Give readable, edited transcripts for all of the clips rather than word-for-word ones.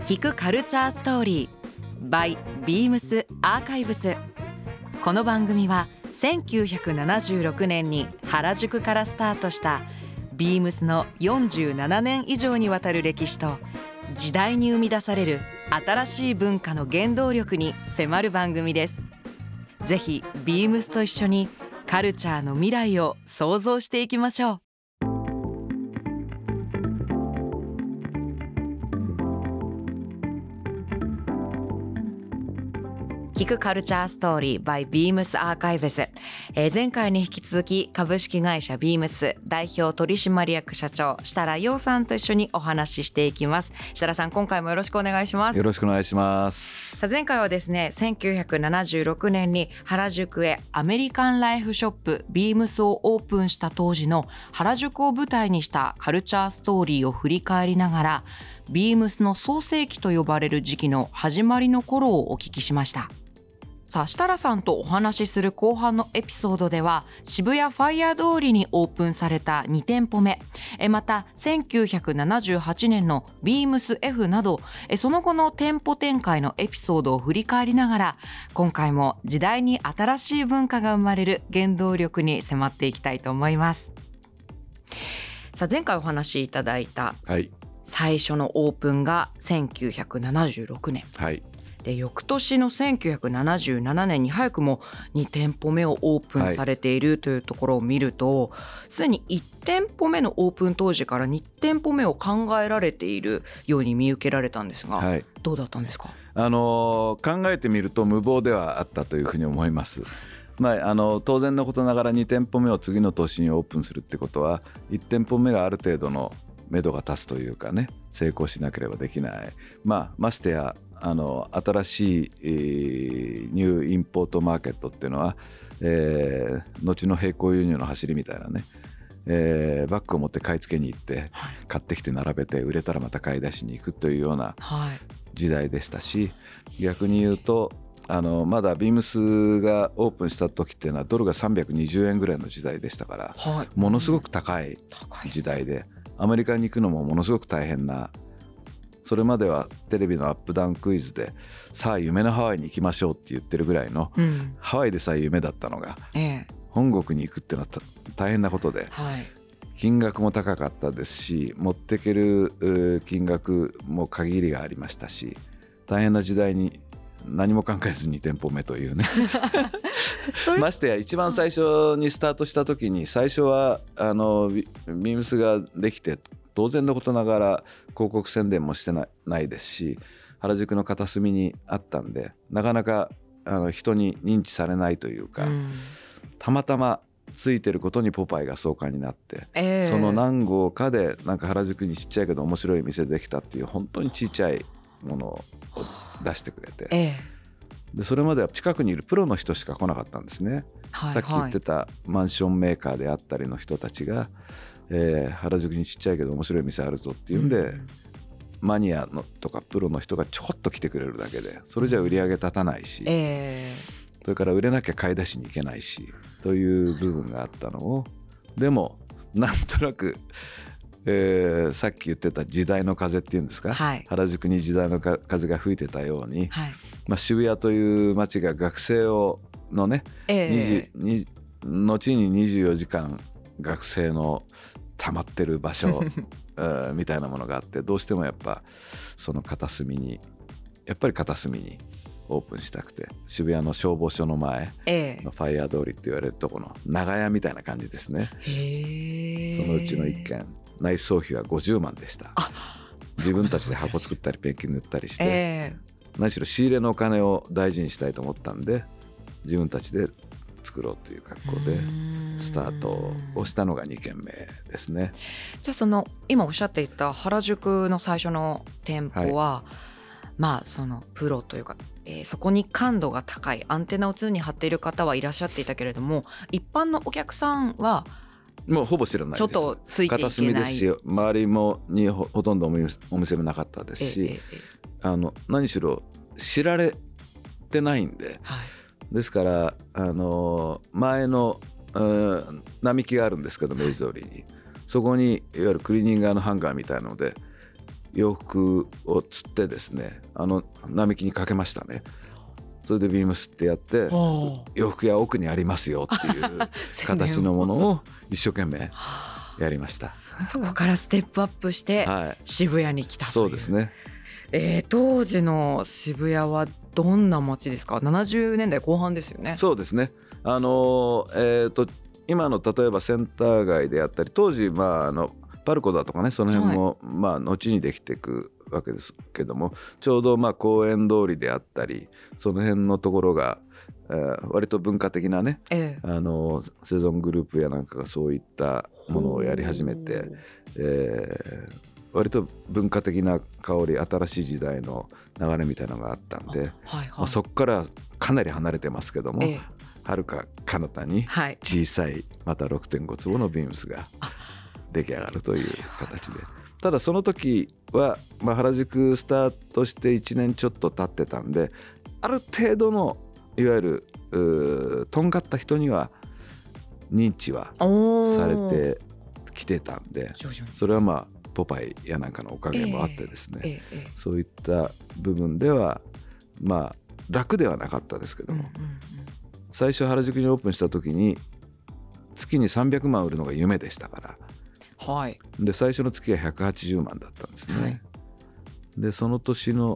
聞くカルチャーストーリー by ビームスアーカイブス。この番組は1976年に原宿からスタートしたビームスの47年以上にわたる歴史と時代に生み出される新しい文化の原動力に迫る番組です。ぜひビームスと一緒にカルチャーの未来を創造していきましょう。聞くカルチャーストーリー by ビームスアーカイブス。前回に引き続き株式会社ビームス代表取締役社長設楽陽さんと一緒にお話ししていきます。設楽さん、今回もよろしくお願いします。 よろしくお願いします。 さあ、前回はですね、1976年に原宿へアメリカンライフショップビームスをオープンした当時の原宿を舞台にしたカルチャーストーリーを振り返りながら、ビームスの創世期と呼ばれる時期の始まりの頃をお聞きしました。さあ、設楽さんとお話しする後半のエピソードでは、渋谷ファイヤー通りにオープンされた2店舗目、また1978年のビームス F など、その後の店舗展開のエピソードを振り返りながら、今回も時代に新しい文化が生まれる原動力に迫っていきたいと思います。さあ、前回お話しいただいた最初のオープンが1976年、で翌年の1977年に早くも2店舗目をオープンされているというところを見ると、すでに1店舗目のオープン当時から2店舗目を考えられているように見受けられたんですが、どうだったんですか？ 考えてみると無謀ではあったというふうに思います。当然のことながら2店舗目を次の年にオープンするってことは、1店舗目がある程度の目処が立つというかね、成功しなければできない。ましてや新しい、ニューインポートマーケットっていうのは、後の並行輸入の走りみたいなね、バッグを持って買い付けに行って、買ってきて並べて売れたらまた買い出しに行くというような時代でしたし、逆に言うとまだビームスがオープンした時っていうのはドルが320円ぐらいの時代でしたから、ものすごく高い時代で、アメリカに行くのもものすごく大変な、それまではテレビのアップダウンクイズでさあ夢のハワイに行きましょうって言ってるぐらいの、ハワイでさえ夢だったのが、本国に行くっていうのは大変なことで、金額も高かったですし、持ってける金額も限りがありましたし、大変な時代に何も考えずに店舗目というねましてや一番最初にスタートした時に、最初はビームスができて当然のことながら広告宣伝もしてないですし、原宿の片隅にあったんで、なかなか人に認知されないというか、たまたまついてることにポパイが創刊になって、その何号かでなんか原宿にちっちゃいけど面白い店できたっていう、本当にちっちゃいものを出してくれて、でそれまでは近くにいるプロの人しか来なかったんですね。さっき言ってたマンションメーカーであったりの人たちが、原宿にちっちゃいけど面白い店あるぞっていうんで、マニアのとかプロの人がちょこっと来てくれるだけで、それじゃ売り上げ立たないし、それから売れなきゃ買い出しに行けないしという部分があったのを、でもなんとなく、さっき言ってた時代の風っていうんですか、原宿に時代の風が吹いてたように、渋谷という街が学生のね、後に24時間学生の溜まってる場所みたいなものがあって、どうしてもやっぱその片隅にオープンしたくて、渋谷の消防署の前のファイヤー通りって言われるとこの長屋みたいな感じですね。そのうちの1軒、内装費は50万でした。自分たちで箱作ったりペンキ塗ったりして、何しろ仕入れのお金を大事にしたいと思ったんで、自分たちで作ろうという格好でスタートをしたのが2軒目ですね。 じゃあその今おっしゃっていた原宿の最初の店舗は、そのプロというか、そこに感度が高いアンテナを常に張っている方はいらっしゃっていたけれども、一般のお客さんはもうほぼ知らないです。 ちょっとついていけない、 片隅ですし、周りにほとんどお店もなかったですし、何しろ知られてないんで、ですから前の並木があるんですけど、明治通りに、そこにいわゆるクリーニング屋のハンガーみたいなので洋服を釣ってですね並木にかけましたね。それでビームスってやって洋服屋奥にありますよっていう形のものを一生懸命やりました。 そこからステップアップして渋谷に来たという、 そうですね。 当時の渋谷はどんな街ですか？70年代後半ですよね。 そうですね。今の例えばセンター街であったり当時パルコだとかねその辺も、後にできていくわけですけどもちょうど公園通りであったりその辺のところが、割と文化的なね、セゾングループやなんかがそういったものをやり始めて、割と文化的な香り新しい時代の流れみたいなのがあったんで、そこからかなり離れてますけども、遥か彼方に小さいまた 6.5 坪のビームスが出来上がるという形で、ただその時は、原宿スタートして1年ちょっと経ってたんである程度のいわゆるとんがった人には認知はされてきてたんでそれはポパイやなんかのおかげもあってですね、そういった部分では楽ではなかったですけども、最初原宿にオープンした時に月に300万売るのが夢でしたから、で最初の月が180万だったんですね、でその年の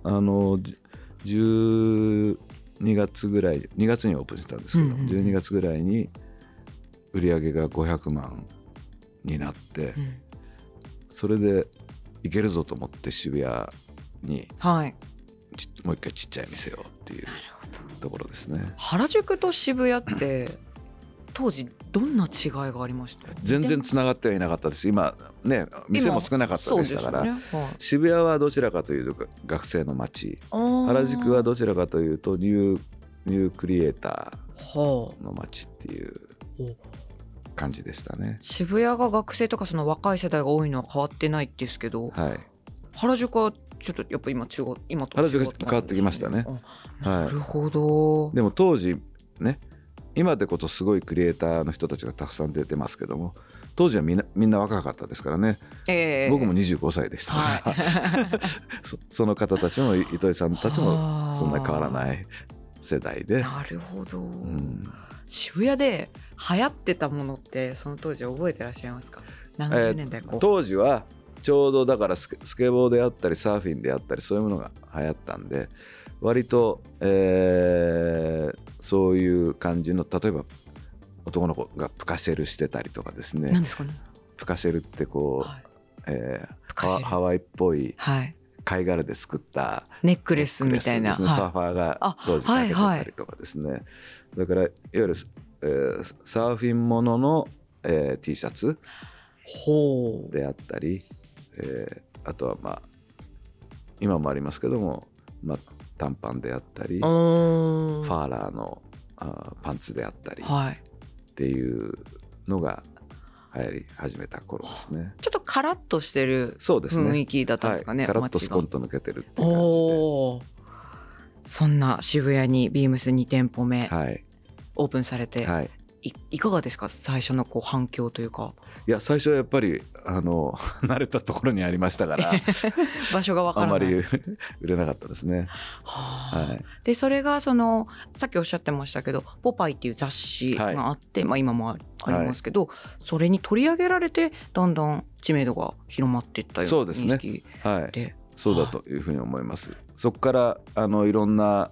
12月ぐらい2月にオープンしたんですけど、12月ぐらいに売り上げが500万になって、それでいけるぞと思って渋谷に、もう一回ちっちゃい店をっていうところですね。 原宿と渋谷って当時どんな違いがありました？ 全然つながってはいなかったです。今ね店も少なかったでしたから、渋谷はどちらかというと学生の街、原宿はどちらかというとニュークリエイターの街っていう感じでしたね。 渋谷が学生とかその若い世代が多いのは変わってないですけど、原宿はちょっとやっぱ今と原宿が変わってきましたね。 なるほど。 でも当時ね今でこそすごいクリエイターの人たちがたくさん出てますけども当時はみんな若かったですからね、僕も25歳でしたから、その方たちも糸井さんたちもそんなに変わらない世代で。 なるほど、渋谷で流行ってたものってその当時覚えてらっしゃいますか？70年代後、 当時はちょうどだからスケボーであったりサーフィンであったりそういうものが流行ったんで割と、そういう感じの例えば男の子がプカシェルしてたりとかですね。 何ですかね？ プカシェルってこう、ハワイっぽい貝殻で作ったネックレスみたいな、 サーファーが当時かけてたりとかですね、それからいわゆる、サーフィンものの、T シャツであったり、あとは今もありますけども、短パンであったりファーラーのパンツであったりっていうのが流行り始めた頃ですね。 ちょっとカラッとしてる雰囲気だったんですかね。 カラッとスコンと抜けてるっていう感じで、 そんな渋谷にビームス2店舗目、オープンされて、いかがですか？最初の反響というか。 いや最初はやっぱり慣れたところにありましたから場所が分からない、 あまり売れなかったですね。 でそれがさっきおっしゃってましたけどポパイっていう雑誌があって、今もありますけど、それに取り上げられてだんだん知名度が広まっていったような認識で。 そうだというふうに思います。そこからいろんな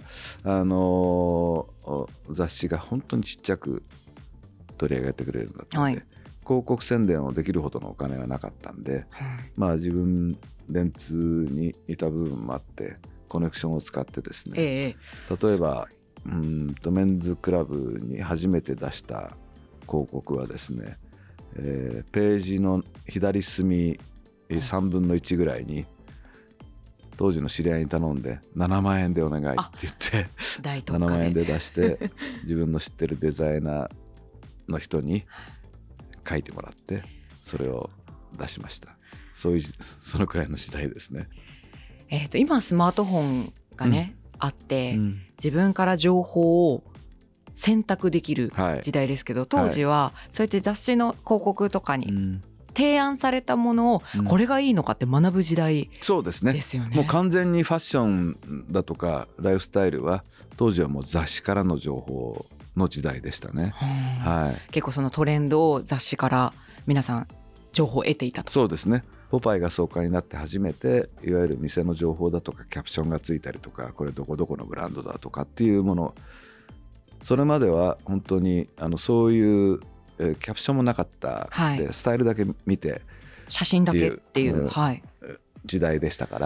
雑誌が本当にちっちゃく取り上げてくれるんだったんで、広告宣伝をできるほどのお金がなかったんで、自分電通にいた部分もあってコネクションを使ってですね、例えばメンズクラブに初めて出した広告はですね、ページの左隅3分の1ぐらいに当時の知り合いに頼んで7万円でお願いって言って7万円で出して自分の知ってるデザイナーの人に書いてもらってそれを出しました。そのくらいの時代ですね。 今スマートフォンがね、あって、自分から情報を選択できる時代ですけど、当時はそうやって雑誌の広告とかに提案されたものをこれがいいのかって学ぶ時代そうですね。 ですよね。 もう完全にファッションだとかライフスタイルは当時はもう雑誌からの情報の時代でしたね。はい、 結構そのトレンドを雑誌から皆さん情報を得ていたと。 そうですね。ポパイが創刊になって初めていわゆる店の情報だとかキャプションがついたりとか、これどこどこのブランドだとかっていうもの、それまでは本当にそういうキャプションもなかったはいで、スタイルだけ見て写真だけっていう、はい、 時代でしたから、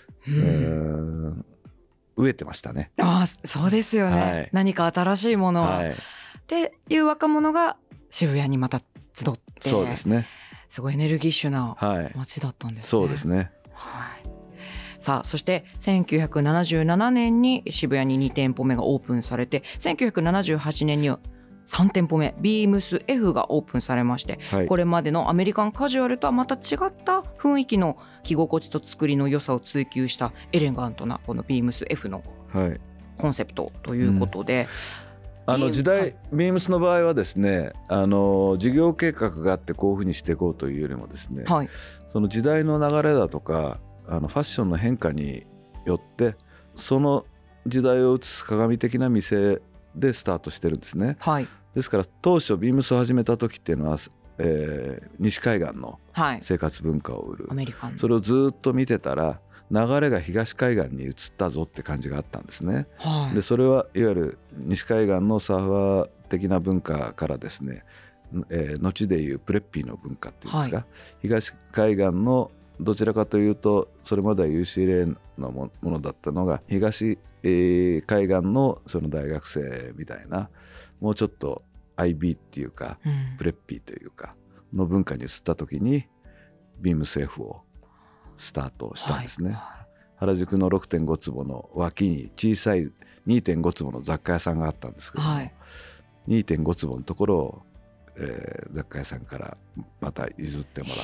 飢えてましたね。 ああそうですよね、 はい、 何か新しいもの、 はい、 っていう若者が渋谷にまた集って、 そうですね。 すごいエネルギッシュなはい、 街だったんですね。 そうですね。 はい、さあそして1977年に渋谷に2店舗目がオープンされて、1978年には3店舗目ビームス F がオープンされまして、 はい、 これまでのアメリカンカジュアルとはまた違った雰囲気の着心地と作りの良さを追求したエレガントなこのビームス F のコンセプトということで、 時代ビームスの場合はですね、事業計画があってこういうふうにしていこうというよりもですね、 はい、 その時代の流れだとかファッションの変化によってその時代を映す鏡的な店でスタートしてるんですね。 はい、 ですから当初ビームスを始めた時っていうのは、西海岸の生活文化を売る、 アメリカン、 それをずっと見てたら流れが東海岸に移ったぞって感じがあったんですね。 はい、 でそれはいわゆる西海岸のサーファー的な文化からですね、後でいうプレッピーの文化っていうんですか、はい、東海岸のどちらかというとそれまでは UCLA のものだったのが東、海岸のその大学生みたいな、もうちょっと IB っていうか、プレッピーというかの文化に移った時にビームス F をスタートしたんですね。はい、原宿の 6.5 坪の脇に小さい 2.5 坪の雑貨屋さんがあったんですけども、はい、2.5 坪のところを、雑貨屋さんからまた譲ってもらって、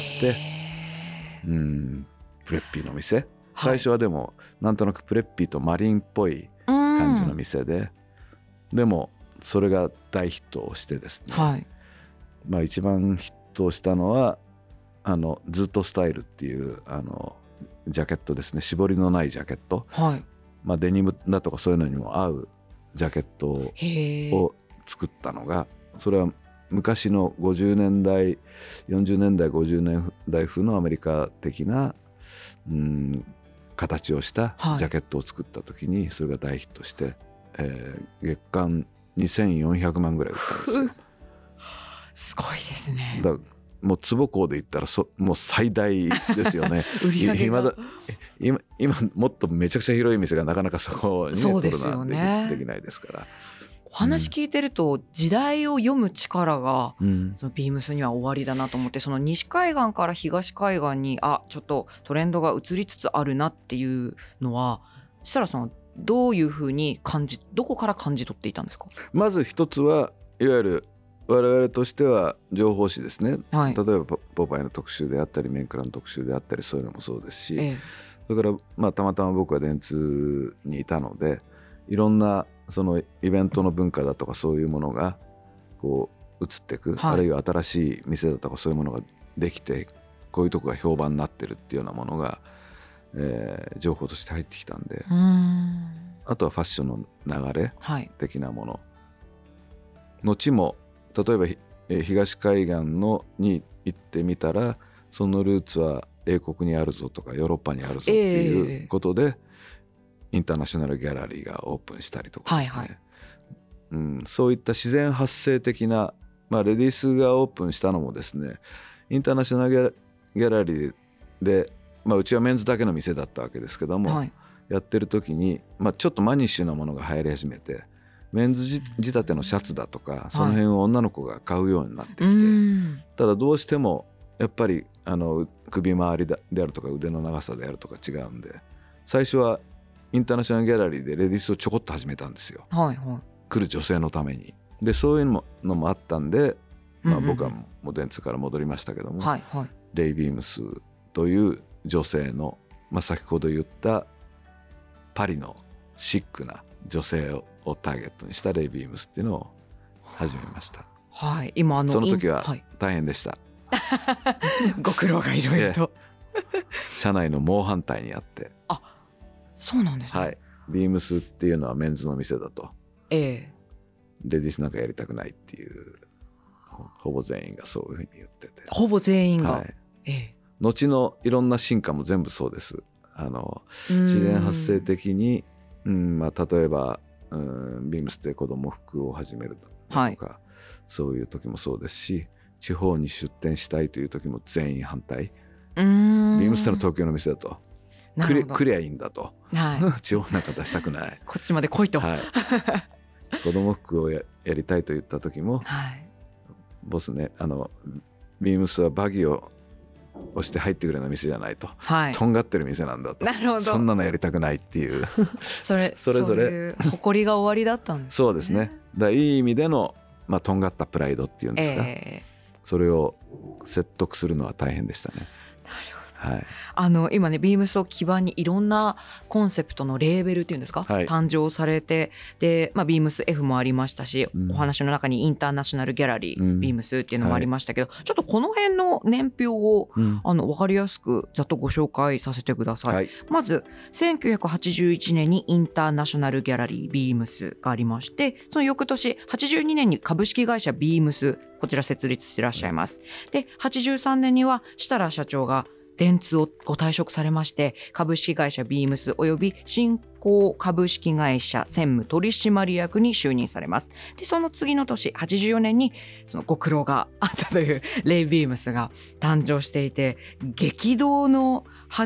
プレッピーの店、最初はでもなんとなくプレッピーとマリンっぽい感じの店で、でもそれが大ヒットをしてですね、はい、一番ヒットしたのはズットスタイルっていうジャケットですね。絞りのないジャケット、はい、デニムだとかそういうのにも合うジャケットを作ったのが、それは昔の50年代40年代50年代風のアメリカ的な形をしたジャケットを作った時にそれが大ヒットして、月間2400万ぐらい売ったんですよ。 すごいですね。 だもう坪高で言ったらもう最大ですよね。 売り上げが今もっとめちゃくちゃ広い店がなかなかそこに、 そうですよね、 できないですから。 お話聞いてると、時代を読む力が、そのビームスには終わりだなと思って、その西海岸から東海岸にちょっとトレンドが移りつつあるなっていうのは、設楽さんはどういうふうにどこから感じ取っていたんですか？ まず一つはいわゆる我々としては情報誌ですね、はい、例えばポパイの特集であったりメンクラの特集であったりそういうのもそうですし、それからたまたま僕は電通にいたので、いろんなそのイベントの文化だとかそういうものがこう移っていく、はい、あるいは新しい店だとかそういうものができて、こういうとこが評判になってるっていうようなものが、情報として入ってきたんで、あとはファッションの流れ的なもの、後も例えば東海岸に行ってみたらそのルーツは英国にあるぞとかヨーロッパにあるぞっていうことで、インターナショナルギャラリーがオープンしたりとかですね、はいはい、そういった自然発生的な、レディースがオープンしたのもですね、インターナショナルギャラリーで、うちはメンズだけの店だったわけですけども、はい、やってる時に、ちょっとマニッシュなものが流行り始めて、メンズ仕立てのシャツだとかその辺を女の子が買うようになってきて、はい、ただどうしてもやっぱり首周りであるとか腕の長さであるとか違うんで、最初はインターナショナルギャラリーでレディースをちょこっと始めたんですよ、はいはい、来る女性のために。でそういうのもあったんで、僕はもう電通から戻りましたけども、はいはい、レイ・ビームスという女性の、先ほど言ったパリのシックな女性をターゲットにしたレイ・ビームスっていうのを始めました。 はい、今その時は大変でした。 ご苦労がいろいろと。 社内の猛反対にあって、 そうなんですね。 はい、ビームスっていうのはメンズの店だと、 ええ、 レディースなんかやりたくないっていう、ほぼ全員がそういうふうに言ってて、 ほぼ全員が、 はい、 ええ、 後のいろんな進化も全部そうです。自然発生的に、例えば、ビームスで子供服を始めるとか、 はい、 そういう時もそうですし、地方に出店したいという時も全員反対。ビーームスの東京の店だとクリアいいんだと、 はい、 地方なんか出したくない、 こっちまで来いと、 はい、子供服を やりたいと言った時も、 はい、 ボスね、ビームスはバギーを押して入ってくるような店じゃないと、 はい、 とんがってる店なんだと、 なるほど、 そんなのやりたくないっていうそれぞれそういう誇りが終わりだったんですね。 そうですね。だいい意味での、とんがったプライドっていうんですか、それを説得するのは大変でしたね。 なるほど。 はい、 今ね、ビームスを基盤にいろんなコンセプトのレーベルっていうんですか、 はい、 誕生されて、で、ビームス F もありましたし、お話の中にインターナショナルギャラリー、ビームスっていうのもありましたけど、ちょっとこの辺の年表を、分かりやすくざっとご紹介させてください。はい、まず1981年にインターナショナルギャラリービームスがありまして、その翌年82年に株式会社ビームス、こちら設立していらっしゃいます。で、83年には設楽社長が電通をご退職されまして、株式会社ビームスおよび新興株式会社専務取締役に就任されます。で、その次の年84年にそのご苦労があったというレイビームスが誕生していて、激動の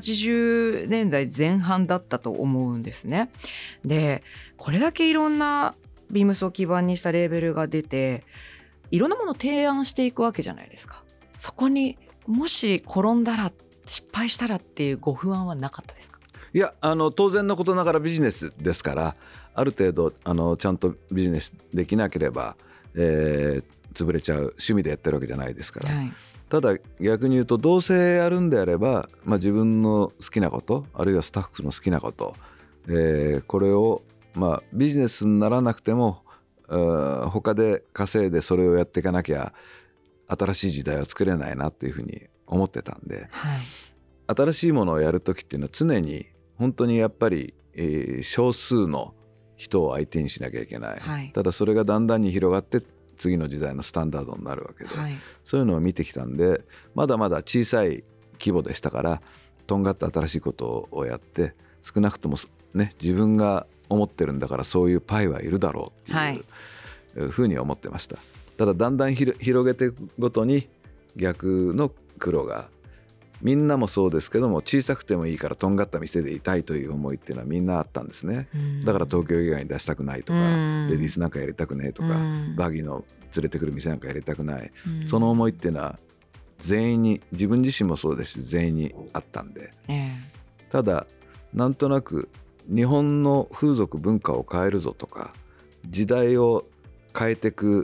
80年代前半だったと思うんですね。で、これだけいろんなビームスを基盤にしたレーベルが出て、いろんなものを提案していくわけじゃないですか。そこにもし転んだら、失敗したらっていうご不安はなかったですか？ いや、当然のことながらビジネスですから、ある程度ちゃんとビジネスできなければ、潰れちゃう、趣味でやってるわけじゃないですから、はい、ただ逆に言うと、どうせやるんであれば、自分の好きなこと、あるいはスタッフの好きなこと、これを、ビジネスにならなくても他で稼いでそれをやっていかなきゃ新しい時代は作れないなっていうふうに思ってたんで、はい、新しいものをやるときっていうのは常に本当にやっぱり、少数の人を相手にしなきゃいけない、はい、ただそれがだんだんに広がって次の時代のスタンダードになるわけで、はい、そういうのを見てきたんで、まだまだ小さい規模でしたから、とんがった新しいことをやって、少なくともね、自分が思ってるんだからそういうパイはいるだろうっていうふうに思ってました。ただだんだん広げていくごとに逆の苦労が、みんなもそうですけども、小さくてもいいからとんがった店でいたいという思いっていうのはみんなあったんですね。だから東京以外に出したくないとか、レディースなんかやりたくねえとか、バギーの連れてくる店なんかやりたくない、その思いっていうのは全員に、自分自身もそうですし全員にあったんで、ただなんとなく日本の風俗文化を変えるぞとか、時代を変えていく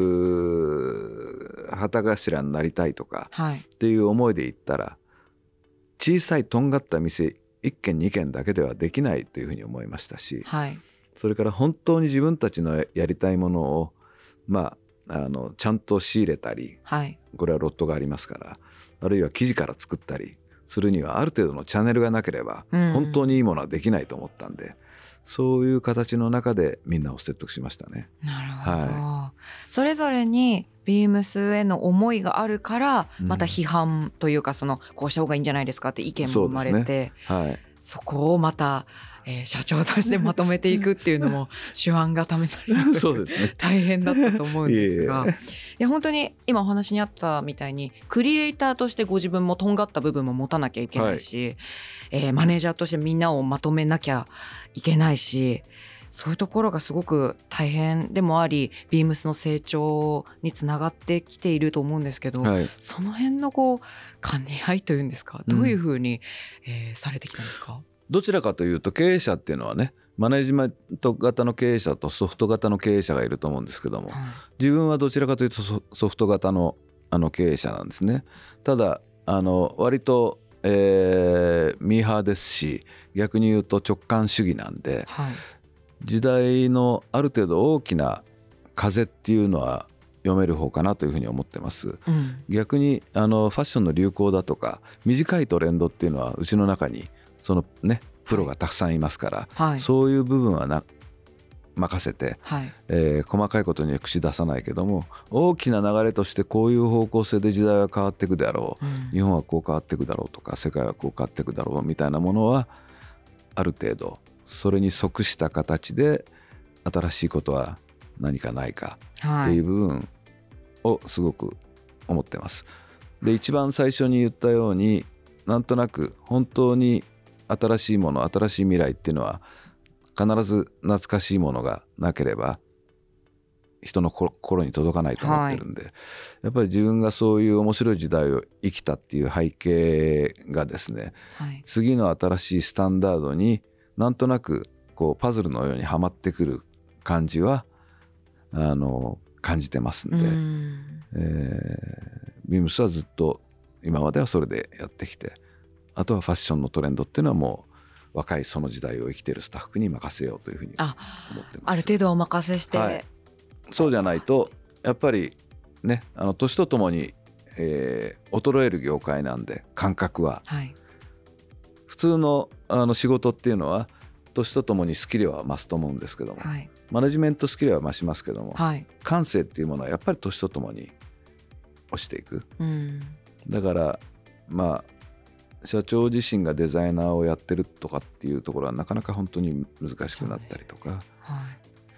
旗頭になりたいとか、はい、っていう思いで言ったら、小さいとんがった店1軒2軒だけではできないというふうに思いましたし、はい、それから本当に自分たちのやりたいものを、ちゃんと仕入れたり、はい、これはロットがありますから、あるいは生地から作ったりするにはある程度のチャンネルがなければ本当にいいものはできないと思ったんで、そういう形の中でみんなを説得しましたね。 なるほど、はい、それぞれにビームスへの思いがあるから、また批判というか、こうした方がいいんじゃないですかって意見も生まれて、はい、そこをまた、社長としてまとめていくっていうのも手腕が試されるそうですね、 大変だったと思うんですがいや本当に今お話にあったみたいに、クリエイターとしてご自分もとんがった部分も持たなきゃいけないし、マネージャーとしてみんなをまとめなきゃいけないし、そういうところがすごく大変でもあり、ビームスの成長につながってきていると思うんですけど、はい、その辺の兼ね合いというんですか、どういうふうに、されてきたんですか？ どちらかというと、経営者っていうのはね、マネジメント型の経営者とソフト型の経営者がいると思うんですけども、はい、自分はどちらかというとソフト型の経営者なんですね。ただ割とミーハーですし、逆に言うと直感主義なんで、はい、時代のある程度大きな風っていうのは読める方かなというふうに思ってます。 うん、 逆にファッションの流行だとか短いトレンドっていうのはうちの中にそのねプロがたくさんいますから、 はい、 そういう部分は任せて、 はい、 細かいことには口出さないけども大きな流れとしてこういう方向性で時代は変わっていくであろう、 うん、 日本はこう変わっていくだろうとか世界はこう変わっていくだろうみたいなものはある程度それに即した形で新しいことは何かないかっていう部分をすごく思ってます。で一番最初に言ったようになんとなく本当に新しいもの新しい未来っていうのは必ず懐かしいものがなければ人の心に届かないと思ってるんで、はい、やっぱり自分がそういう面白い時代を生きたっていう背景がですね、はい、次の新しいスタンダードになんとなくこうパズルのようにはまってくる感じは感じてますんで、ビームスはずっと今まではそれでやってきて、あとはファッションのトレンドっていうのはもう若いその時代を生きているスタッフに任せようというふうに思ってます。 ある程度お任せして、はい、 そうじゃないとやっぱりね年とともに、衰える業界なんで感覚は、はい、普通の仕事っていうのは年とともにスキルは増すと思うんですけども、はい、マネジメントスキルは増しますけども、はい、感性っていうものはやっぱり年とともに落ちていく、うん、だからまあ社長自身がデザイナーをやってるとかっていうところはなかなか本当に難しくなったりとか、はい、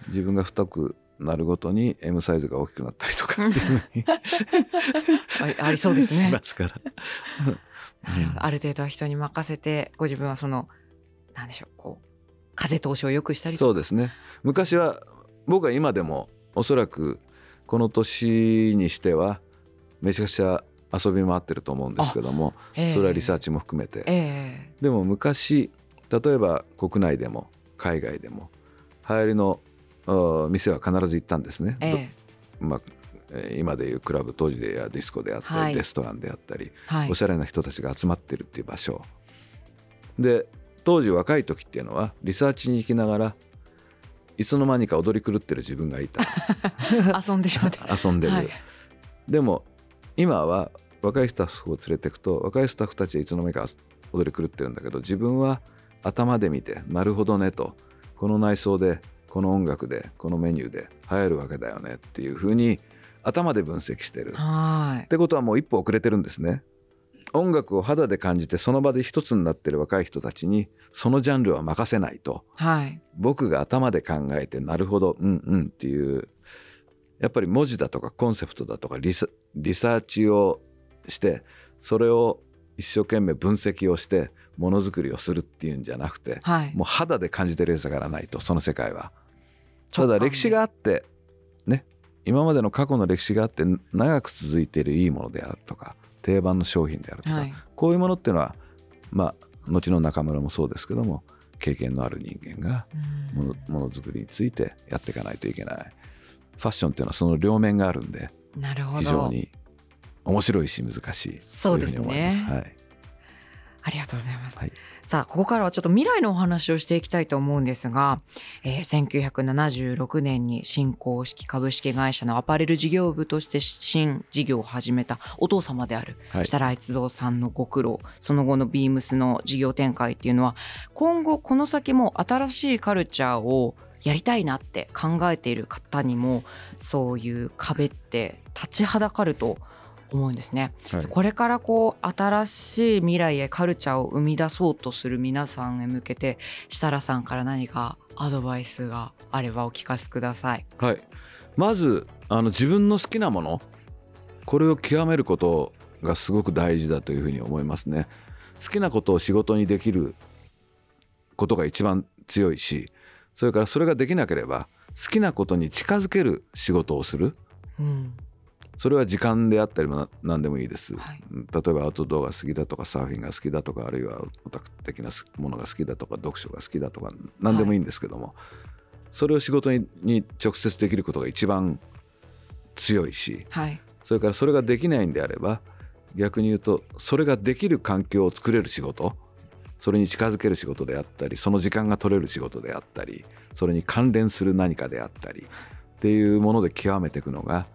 自分が太くなるごとに M サイズが大きくなったりとかっていうふうにありそうですね。 しますからなるほど、ある程度は人に任せてご自分はその何でしょうこう風通しを良くしたりとか。 そうですね。昔は僕は今でもおそらくこの年にしてはめちゃくちゃ遊び回ってると思うんですけども、それはリサーチも含めて、でも昔例えば国内でも海外でも流行りの店は必ず行ったんですね、今でいうクラブ当時でやディスコであったり、はい、レストランであったり、はい、おしゃれな人たちが集まってるっていう場所で、当時若い時っていうのはリサーチに行きながらいつの間にか踊り狂ってる自分がいた遊んでしまって遊んでる、はい、でも今は若いスタッフを連れていくと若いスタッフたちはいつの間にか踊り狂ってるんだけど、自分は頭で見てなるほどねと、この内装でこの音楽でこのメニューで流行るわけだよねっていう風に頭で分析してるってことはもう一歩遅れてるんですね。音楽を肌で感じてその場で一つになってる若い人たちにそのジャンルは任せないと、はい、僕が頭で考えてなるほどうんうんっていうやっぱり文字だとかコンセプトだとかリサーチをしてそれを一生懸命分析をしてものづくりをするっていうんじゃなくて、はい、もう肌で感じてるやつがないとその世界は。ただ歴史があってね、今までの過去の歴史があって長く続いているいいものであるとか定番の商品であるとか、はい、こういうものっていうのは後の中村もそうですけども経験のある人間がものづくりについてやっていかないといけない。ファッションっていうのはその両面があるんで、なるほど、非常に面白いし難しいというふうに思います。はい、 ありがとうございます。はい、さあここからはちょっと未来のお話をしていきたいと思うんですが、1976年に新公式株式会社のアパレル事業部として新事業を始めたお父様である設楽逸郎さんのご苦労、その後のビームスの事業展開っていうのは今後この先も新しいカルチャーをやりたいなって考えている方にもそういう壁って立ちはだかると思うんですね。はい、これからこう新しい未来へカルチャーを生み出そうとする皆さんへ向けて設楽さんから何かアドバイスがあればお聞かせください。 はい、まず自分の好きなものこれを極めることがすごく大事だというふうに思いますね。好きなことを仕事にできることが一番強いし、それからそれができなければ好きなことに近づける仕事をする、それは時間であったりも何でもいいです、はい、例えばアウトドアが好きだとかサーフィンが好きだとかあるいはオタク的なものが好きだとか読書が好きだとか何でもいいんですけども、それを仕事に直接できることが一番強いし、それからそれができないんであれば逆に言うとそれができる環境を作れる仕事、それに近づける仕事であったりその時間が取れる仕事であったりそれに関連する何かであったりっていうもので極めていくのが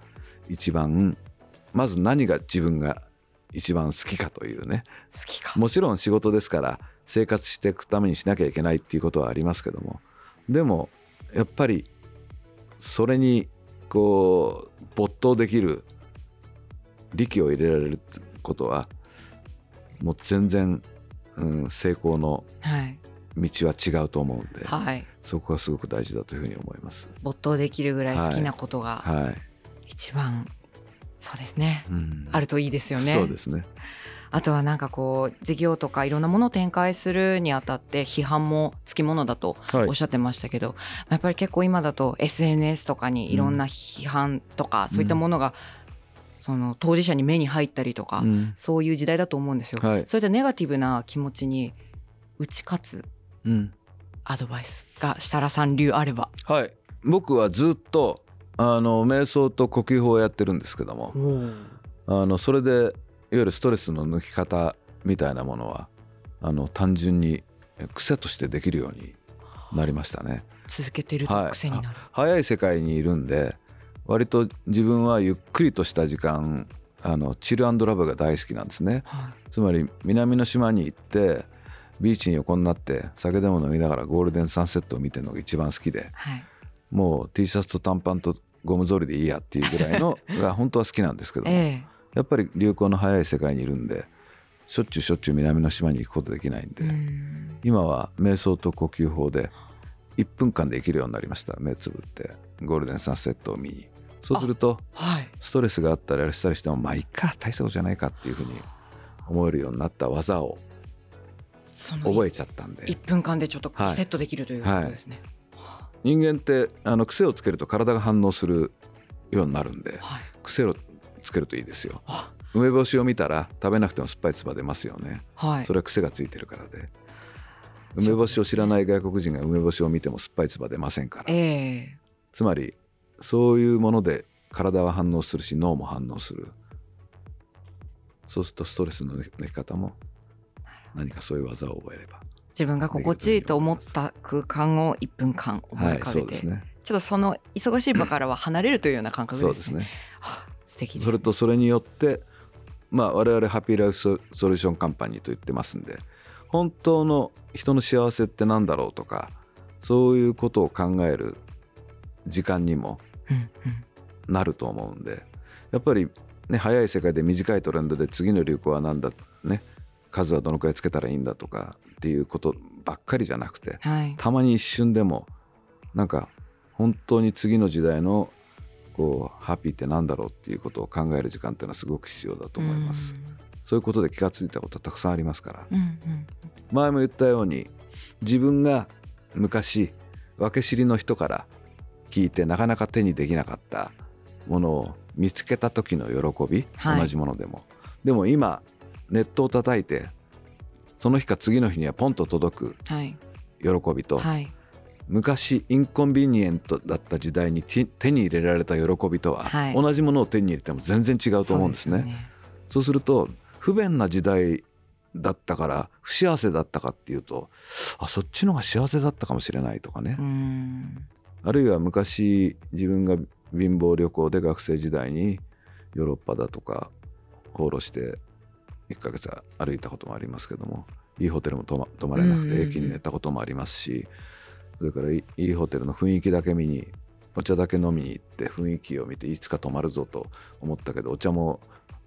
一番まず何が自分が一番好きかというね、 好きか。 もちろん仕事ですから生活していくためにしなきゃいけないっていうことはありますけども、でもやっぱりそれにこう没頭できる力を入れられるってことはもう全然、成功のはい道は違うと思うんで、 はい、 そこがすごく大事だというふうに思います。 没頭できるぐらい好きなことがはい、 一番、そうですね、 うんあるといいですよね。 そうですね。 あとはなんかこう事業とかいろんなものを展開するにあたって批判もつきものだとはいおっしゃってましたけど、やっぱり結構今だと SNS とかにいろんな批判とかそういったものがその当事者に目に入ったりとか、 うんそういう時代だと思うんですよ。 はいそういったネガティブな気持ちに打ち勝つうんアドバイスが設楽さん流あれば。 はい、僕はずっと瞑想と呼吸法をやってるんですけども、それでいわゆるストレスの抜き方みたいなものは単純に癖としてできるようになりましたね。 続けてると癖になる、 早い世界にいるんで割と自分はゆっくりとした時間チル&ラブが大好きなんですね、 はい、 つまり南の島に行ってビーチに横になって酒でも飲みながらゴールデンサンセットを見てるのが一番好きで、 はい、 もう T シャツと短パンとゴム草履でいいやっていうぐらいのが本当は好きなんですけども、やっぱり流行の早い世界にいるんでしょっちゅう南の島に行くことできないんで、今は瞑想と呼吸法で1分間で生きるようになりました。目つぶってゴールデンサンセットを見に、そうするとストレスがあったりあれしたりしてもまあいっか大したことじゃないかっていうふうに思えるようになった技を覚えちゃったんで、 1分間でちょっとセットできるということですね、 人間って癖をつけると体が反応するようになるんで、癖をつけるといいですよ。梅干しを見たら食べなくても酸っぱい唾出ますよね、それは癖がついてるからで、梅干しを知らない外国人が梅干しを見ても酸っぱい唾出ませんから、つまりそういうもので体は反応するし脳も反応する。そうするとストレスの抜き方も何かそういう技を覚えれば自分が心地いいと思った空間を1分間思い浮かべて、 そうですね、 ちょっとその忙しい場からは離れるというような感覚ですね。 そうですね、 素敵ですね。 それとそれによって我々ハッピーライフソリューションカンパニーと言ってますんで、本当の人の幸せってなんだろうとかそういうことを考える時間にもなると思うんで、やっぱりね早い世界で短いトレンドで次の流行はなんだね、数はどのくらいつけたらいいんだとかっていうことばっかりじゃなくて、たまに一瞬でもなんか本当に次の時代のこうハッピーってなんだろうっていうことを考える時間っていうのはすごく必要だと思います。そういうことで気がついたことはたくさんありますから、前も言ったように自分が昔分け知りの人から聞いてなかなか手にできなかったものを見つけた時の喜び、同じものでも今ネットを叩いてその日か次の日にはポンと届く喜びと、昔インコンビニエントだった時代に手に入れられた喜びとは、同じものを手に入れても全然違うと思うんですね。そうすると不便な時代だったから不幸せだったかっていうと、そっちのが幸せだったかもしれないとかね、あるいは昔自分が貧乏旅行で学生時代にヨーロッパだとか放浪して1ヶ月歩いたこともありますけども、いいホテルも泊まれなくて駅に寝たこともありますし、それからいいホテルの雰囲気だけ見にお茶だけ飲みに行って雰囲気を見ていつか泊まるぞと思ったけどお茶も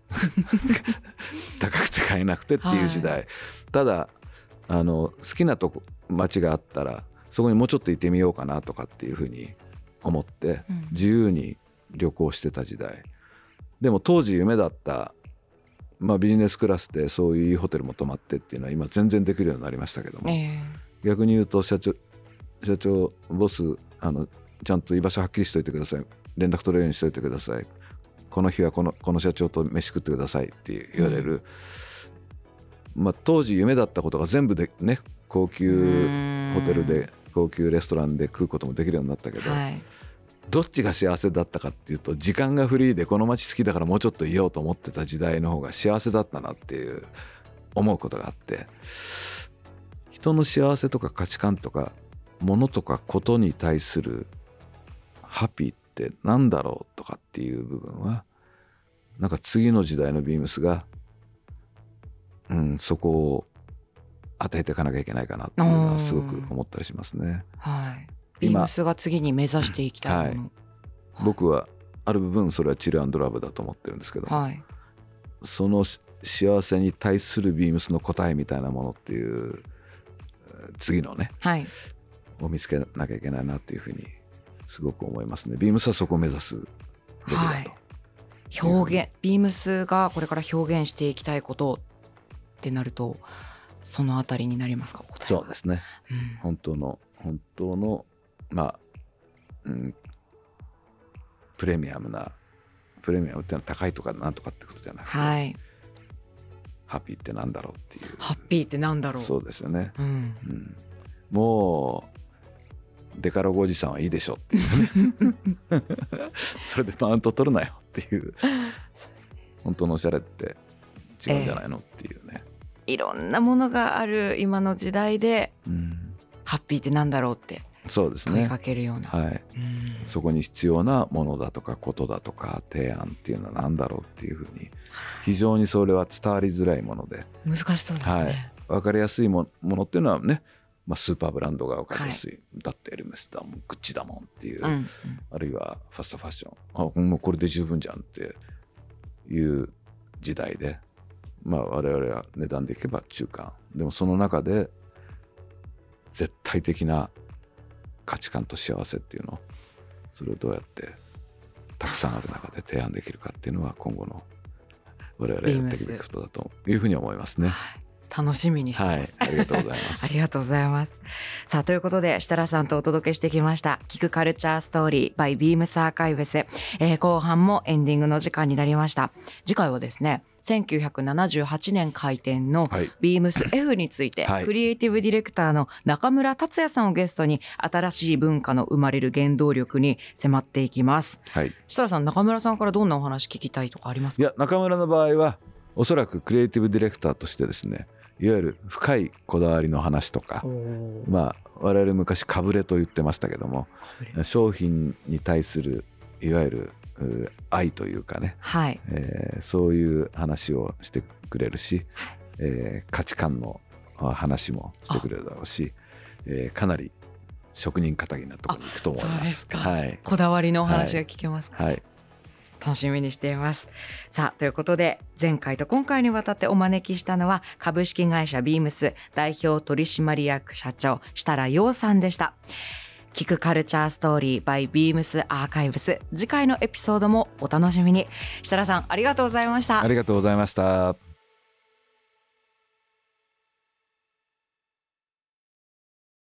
高くて買えなくてっていう時代、ただ好きな街があったらそこにもうちょっと行ってみようかなとかっていうふうに思って自由に旅行してた時代、でも当時夢だったビジネスクラスでそういういいホテルも泊まってっていうのは今全然できるようになりましたけども、逆に言うと社長ボスちゃんと居場所はっきりしといてください、連絡取れるようにしといてください、この日はこの社長と飯食ってくださいって言われる、当時夢だったことが全部でね、高級ホテルで高級レストランで食うこともできるようになったけど、どっちが幸せだったかっていうと、時間がフリーでこの街好きだからもうちょっといようと思ってた時代の方が幸せだったなっていう思うことがあって、人の幸せとか価値観とか物とかことに対するハッピーっってなんだろうとかっていう部分はなんか次の時代のビームスが、そこを与えていかなきゃいけないかなっていうのはすごく思ったりしますね。 はい、ビームスが次に目指していきたいもの、 僕はある部分それはチル&ラブだと思ってるんですけど、その幸せに対するビームスの答えみたいなものっていう次のね、を見つけなきゃいけないなっていうふうにすごく思いますね。ビームスはそこを目指すべきだと、 表現、ビームスがこれから表現していきたいことってなるとそのあたりになりますか？ そうですね、本当のプレミアムっていうのは高いとかなんとかってことじゃなくて、ハッピーってなんだろうっていう。 ハッピーってなんだろう。 そうですよね、もうデカログおじさんはいいでしょっていうねそれでマウント取るなよっていう、本当のおしゃれって違うんじゃないのっていうね、 いろんなものがある今の時代で、ハッピーってなんだろうってそうですね、 問いかけるような、 そこに必要なものだとかことだとか提案っていうのは何だろうっていうふうに非常にそれは伝わりづらいもので難しそうですね、 分かりやすいものっていうのはね、スーパーブランドが分かりやすい、だってエルメスだもんグッチだもんっていう、あるいはファストファッション、もうこれで十分じゃんっていう時代で、我々は値段でいけば中間でも、その中で絶対的な価値観と幸せっていうのを、それをどうやってたくさんある中で提案できるかっていうのは今後の我々やっていくべきことだというふうに思いますね。 楽しみにしてます、 ありがとうございますありがとうございます。さあ、ということで設楽さんとお届けしてきました聞くカルチャーストーリー by ビームスアーカイブス、後半もエンディングの時間になりました。次回はですね、1978年開店のビームス F について、クリエイティブディレクターの中村達也さんをゲストに新しい文化の生まれる原動力に迫っていきます。設楽さん、中村さんからどんなお話聞きたいとかありますか？ いや、中村の場合はおそらくクリエイティブディレクターとしてですね、いわゆる深いこだわりの話とか、我々昔かぶれと言ってましたけども、商品に対するいわゆる愛というかね、そういう話をしてくれるし、価値観の話もしてくれるだろうし、かなり職人気質なところに行くと思います。 そうですか、こだわりのお話が聞けますか？楽しみにしています。さあ、ということで前回と今回にわたってお招きしたのは株式会社ビームス代表取締役社長設楽陽さんでした。聞くカルチャーストーリー by ビームスアーカイブス、次回のエピソードもお楽しみに。設楽さん、ありがとうございました。 ありがとうございました。